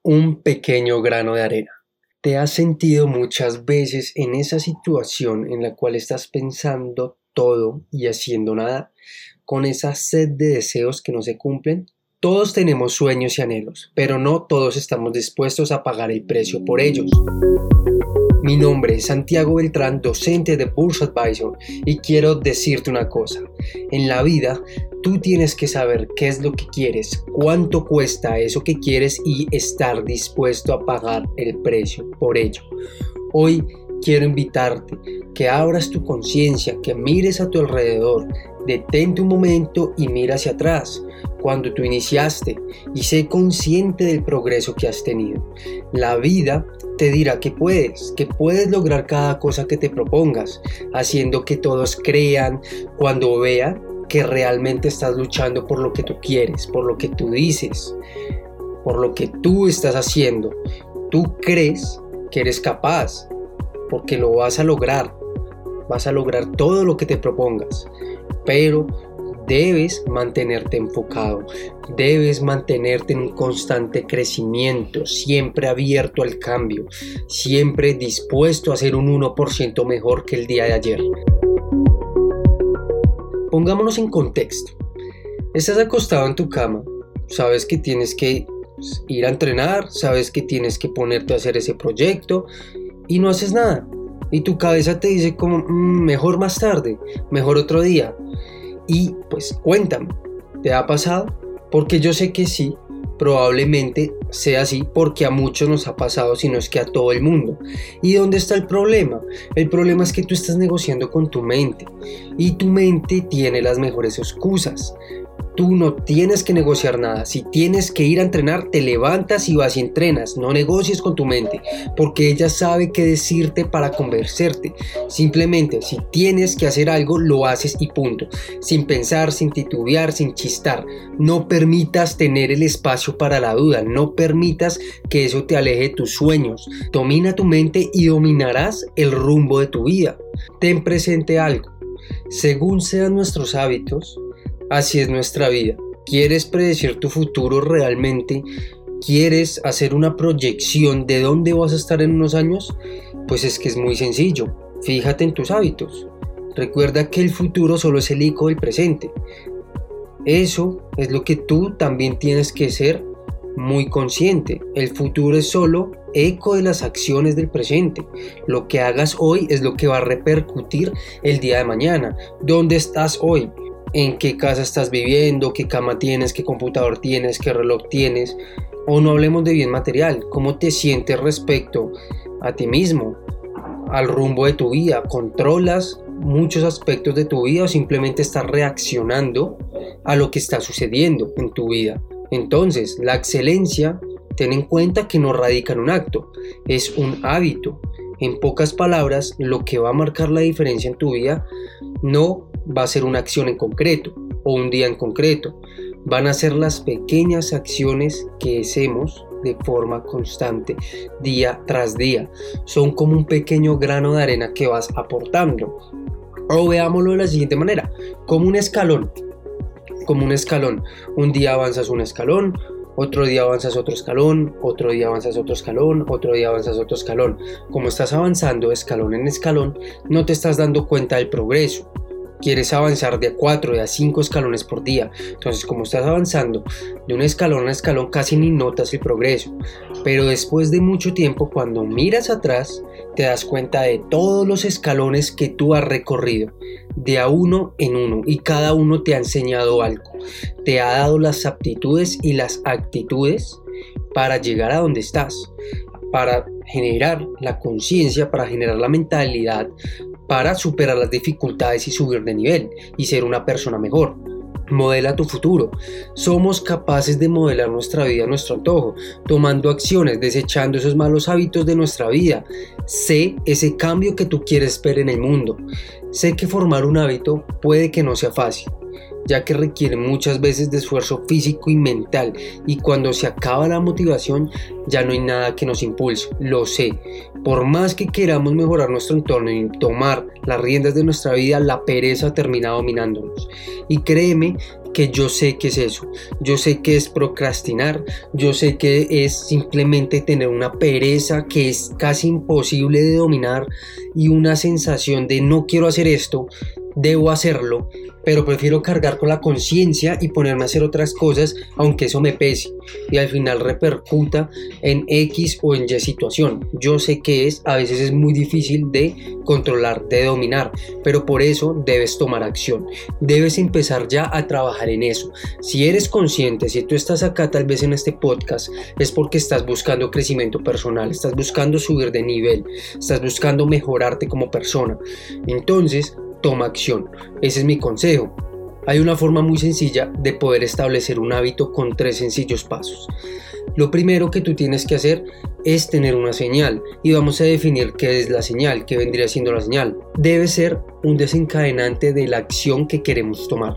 Un pequeño grano de arena. ¿Te has sentido muchas veces en esa situación en la cual estás pensando todo y haciendo nada, con esa sed de deseos que no se cumplen? Todos tenemos sueños y anhelos, pero no todos estamos dispuestos a pagar el precio por ellos. Mi nombre es Santiago Beltrán, docente de Burst Advisor, y quiero decirte una cosa. En la vida, tú tienes que saber qué es lo que quieres, cuánto cuesta eso que quieres y estar dispuesto a pagar el precio por ello. Hoy quiero invitarte que abras tu conciencia, que mires a tu alrededor, detente un momento y mira hacia atrás, cuando tú iniciaste, y sé consciente del progreso que has tenido. La vida te dirá que puedes lograr cada cosa que te propongas, haciendo que todos crean cuando vean que realmente estás luchando por lo que tú quieres, por lo que tú dices, por lo que tú estás haciendo. Tú crees que eres capaz, porque lo vas a lograr todo lo que te propongas, pero debes mantenerte enfocado, debes mantenerte en un constante crecimiento, siempre abierto al cambio, siempre dispuesto a ser un 1% mejor que el día de ayer. Pongámonos en contexto. Estás acostado en tu cama, sabes que tienes que ir a entrenar, sabes que tienes que ponerte a hacer ese proyecto y no haces nada. Y tu cabeza te dice como, mejor más tarde, mejor otro día. Y pues cuéntame, ¿te ha pasado? Porque yo sé que sí, probablemente sea así porque a muchos nos ha pasado, si no es que a todo el mundo. ¿Y dónde está el problema? El problema es que tú estás negociando con tu mente y tu mente tiene las mejores excusas. Tú no tienes que negociar nada. Si tienes que ir a entrenar, te levantas y vas y entrenas. No negocies con tu mente, porque ella sabe qué decirte para convencerte. Simplemente, si tienes que hacer algo, lo haces y punto. Sin pensar, sin titubear, sin chistar. No permitas tener el espacio para la duda. No permitas que eso te aleje de tus sueños. Domina tu mente y dominarás el rumbo de tu vida. Ten presente algo. Según sean nuestros hábitos, así es nuestra vida. ¿Quieres predecir tu futuro realmente? ¿Quieres hacer una proyección de dónde vas a estar en unos años? Pues es que es muy sencillo. Fíjate en tus hábitos. Recuerda que el futuro solo es el eco del presente. Eso es lo que tú también tienes que ser muy consciente. El futuro es solo eco de las acciones del presente. Lo que hagas hoy es lo que va a repercutir el día de mañana. ¿Dónde estás hoy? ¿En qué casa estás viviendo? ¿Qué cama tienes? ¿Qué computador tienes? ¿Qué reloj tienes? O no hablemos de bien material. ¿Cómo te sientes respecto a ti mismo? Al rumbo de tu vida. ¿Controlas muchos aspectos de tu vida o simplemente estás reaccionando a lo que está sucediendo en tu vida? Entonces, la excelencia, ten en cuenta que no radica en un acto, es un hábito. En pocas palabras, lo que va a marcar la diferencia en tu vida no va a ser una acción en concreto o un día en concreto. Van a ser las pequeñas acciones que hacemos de forma constante, día tras día. Son como un pequeño grano de arena que vas aportando. O veámoslo de la siguiente manera, como un escalón. Un día avanzas un escalón, otro día avanzas otro escalón, otro día avanzas otro escalón, otro día avanzas otro escalón. Como estás avanzando de escalón en escalón, no te estás dando cuenta del progreso. Quieres avanzar de a 4, de a 5 escalones por día. Entonces, como estás avanzando de un escalón a escalón, casi ni notas el progreso. Pero después de mucho tiempo, cuando miras atrás, te das cuenta de todos los escalones que tú has recorrido, de a uno en uno, y cada uno te ha enseñado algo. Te ha dado las aptitudes y las actitudes para llegar a donde estás, para generar la conciencia, para generar la mentalidad, para superar las dificultades y subir de nivel y ser una persona mejor. Modela tu futuro. Somos capaces de modelar nuestra vida a nuestro antojo, tomando acciones, desechando esos malos hábitos de nuestra vida. Sé ese cambio que tú quieres ver en el mundo. Sé que formar un hábito puede que no sea fácil. ya que requiere muchas veces de esfuerzo físico y mental, y cuando se acaba la motivación ya no hay nada que nos impulse, lo sé. Por más que queramos mejorar nuestro entorno y tomar las riendas de nuestra vida, la pereza termina dominándonos. Y créeme que yo sé que es eso, yo sé que es procrastinar, yo sé que es simplemente tener una pereza que es casi imposible de dominar y una sensación de no quiero hacer esto, debo hacerlo, pero prefiero cargar con la conciencia y ponerme a hacer otras cosas aunque eso me pese y al final repercuta en X o en Y situación. Yo sé que a veces es muy difícil de controlar, de dominar, pero por eso debes tomar acción, debes empezar ya a trabajar en eso. Si eres consciente, si tú estás acá tal vez en este podcast, es porque estás buscando crecimiento personal, estás buscando subir de nivel, estás buscando mejorarte como persona. Entonces, toma acción. Ese es mi consejo. Hay una forma muy sencilla de poder establecer un hábito con 3 sencillos pasos. Lo primero que tú tienes que hacer es tener una señal y vamos a definir qué es la señal, qué vendría siendo la señal. Debe ser un desencadenante de la acción que queremos tomar.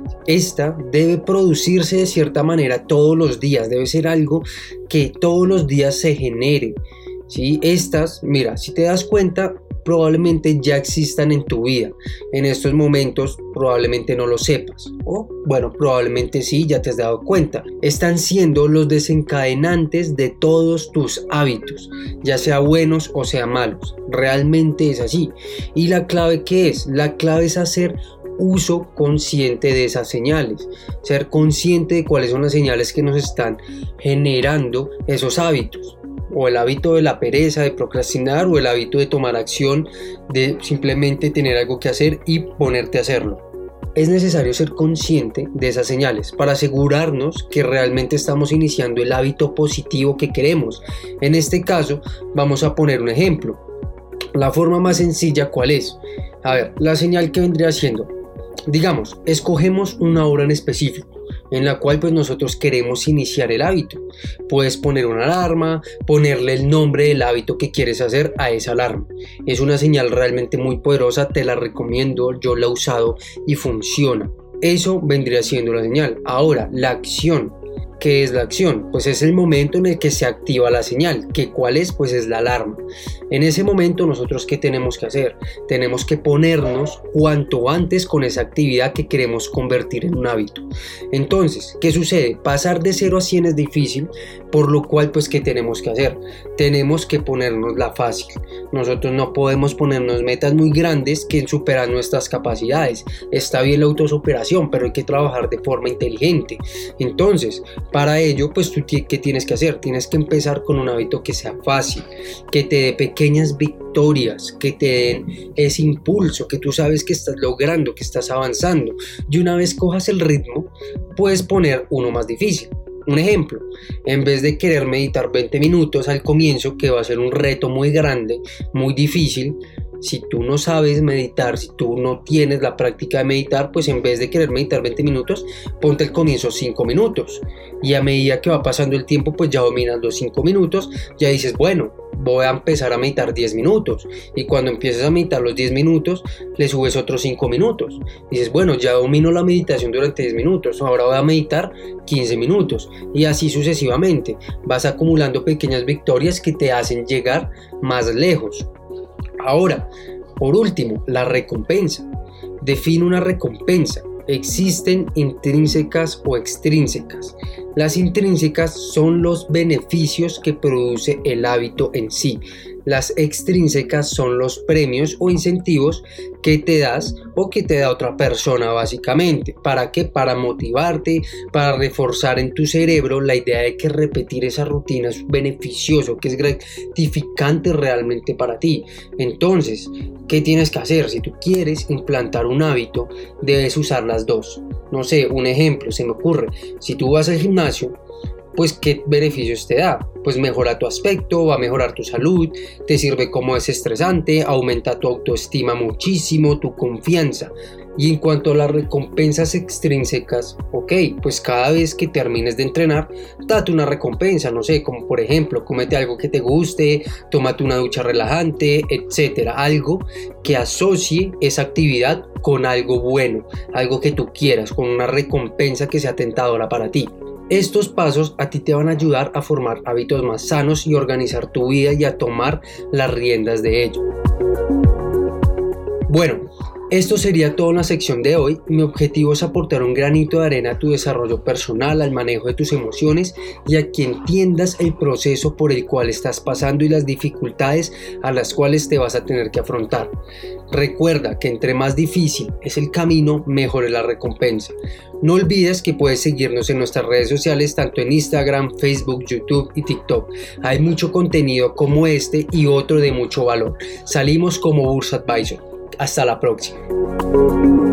Esta debe producirse de cierta manera todos los días, debe ser algo que todos los días se genere. ¿Sí? Estas, mira, si te das cuenta, probablemente ya existan en tu vida. En estos momentos probablemente no lo sepas, o bueno, probablemente sí, ya te has dado cuenta. Están siendo los desencadenantes de todos tus hábitos, ya sea buenos o sea malos. Realmente es así. ¿Y la clave qué es? La clave es hacer uso consciente de esas señales, ser consciente de cuáles son las señales que nos están generando esos hábitos. O el hábito de la pereza, de procrastinar, o el hábito de tomar acción, de simplemente tener algo que hacer y ponerte a hacerlo. Es necesario ser consciente de esas señales para asegurarnos que realmente estamos iniciando el hábito positivo que queremos. En este caso, vamos a poner un ejemplo. La forma más sencilla, ¿cuál es? A ver, la señal que vendría siendo, digamos, escogemos una hora en específico en la cual pues nosotros queremos iniciar el hábito. Puedes poner una alarma, ponerle el nombre del hábito que quieres hacer a esa alarma. Es una señal realmente muy poderosa, te la recomiendo, yo la he usado y funciona. Eso vendría siendo la señal. Ahora, la acción. ¿Qué es la acción? Pues es el momento en el que se activa la señal. ¿Que cuál es? Pues es la alarma. En ese momento nosotros ¿qué tenemos que hacer? Tenemos que ponernos cuanto antes con esa actividad que queremos convertir en un hábito. Entonces, ¿qué sucede? Pasar de 0 a 100 es difícil, por lo cual pues ¿qué tenemos que hacer? Tenemos que ponernos la fácil. Nosotros no podemos ponernos metas muy grandes que superan nuestras capacidades. Está bien la autosuperación, pero hay que trabajar de forma inteligente. Entonces, para ello, pues tú ¿qué tienes que hacer? Tienes que empezar con un hábito que sea fácil, que te dé pequeñas victorias, que te den ese impulso, que tú sabes que estás logrando, que estás avanzando. Y una vez cojas el ritmo, puedes poner uno más difícil. Un ejemplo, en vez de querer meditar 20 minutos al comienzo, que va a ser un reto muy grande, muy difícil, si tú no sabes meditar, si tú no tienes la práctica de meditar, pues en vez de querer meditar 20 minutos, ponte al comienzo 5 minutos. Y a medida que va pasando el tiempo, pues ya dominas los 5 minutos, ya dices, bueno, voy a empezar a meditar 10 minutos. Y cuando empieces a meditar los 10 minutos, le subes otros 5 minutos. Dices, bueno, ya domino la meditación durante 10 minutos, ahora voy a meditar 15 minutos. Y así sucesivamente. Vas acumulando pequeñas victorias que te hacen llegar más lejos. Ahora, por último, la recompensa. Define una recompensa. Existen intrínsecas o extrínsecas. Las intrínsecas son los beneficios que produce el hábito en sí. Las extrínsecas son los premios o incentivos que te das o que te da otra persona básicamente. ¿Para qué? Para motivarte, para reforzar en tu cerebro la idea de que repetir esa rutina es beneficioso, que es gratificante realmente para ti. Entonces, ¿qué tienes que hacer? Si tú quieres implantar un hábito, debes usar las dos. No sé, un ejemplo se me ocurre. Si tú vas al gimnasio, pues ¿qué beneficios te da? Pues mejora tu aspecto, va a mejorar tu salud, te sirve como desestresante, aumenta tu autoestima muchísimo, tu confianza. Y en cuanto a las recompensas extrínsecas, ok, pues cada vez que termines de entrenar, date una recompensa, no sé, como por ejemplo, cómete algo que te guste, tómate una ducha relajante, etcétera, algo que asocie esa actividad con algo bueno, algo que tú quieras, con una recompensa que sea tentadora para ti. Estos pasos a ti te van a ayudar a formar hábitos más sanos y organizar tu vida y a tomar las riendas de ello. Bueno, esto sería todo en la sección de hoy. Mi objetivo es aportar un granito de arena a tu desarrollo personal, al manejo de tus emociones y a que entiendas el proceso por el cual estás pasando y las dificultades a las cuales te vas a tener que afrontar. Recuerda que entre más difícil es el camino, mejor es la recompensa. No olvides que puedes seguirnos en nuestras redes sociales, tanto en Instagram, Facebook, YouTube y TikTok. Hay mucho contenido como este y otro de mucho valor. Salimos como Bursa Advisor. Hasta la próxima.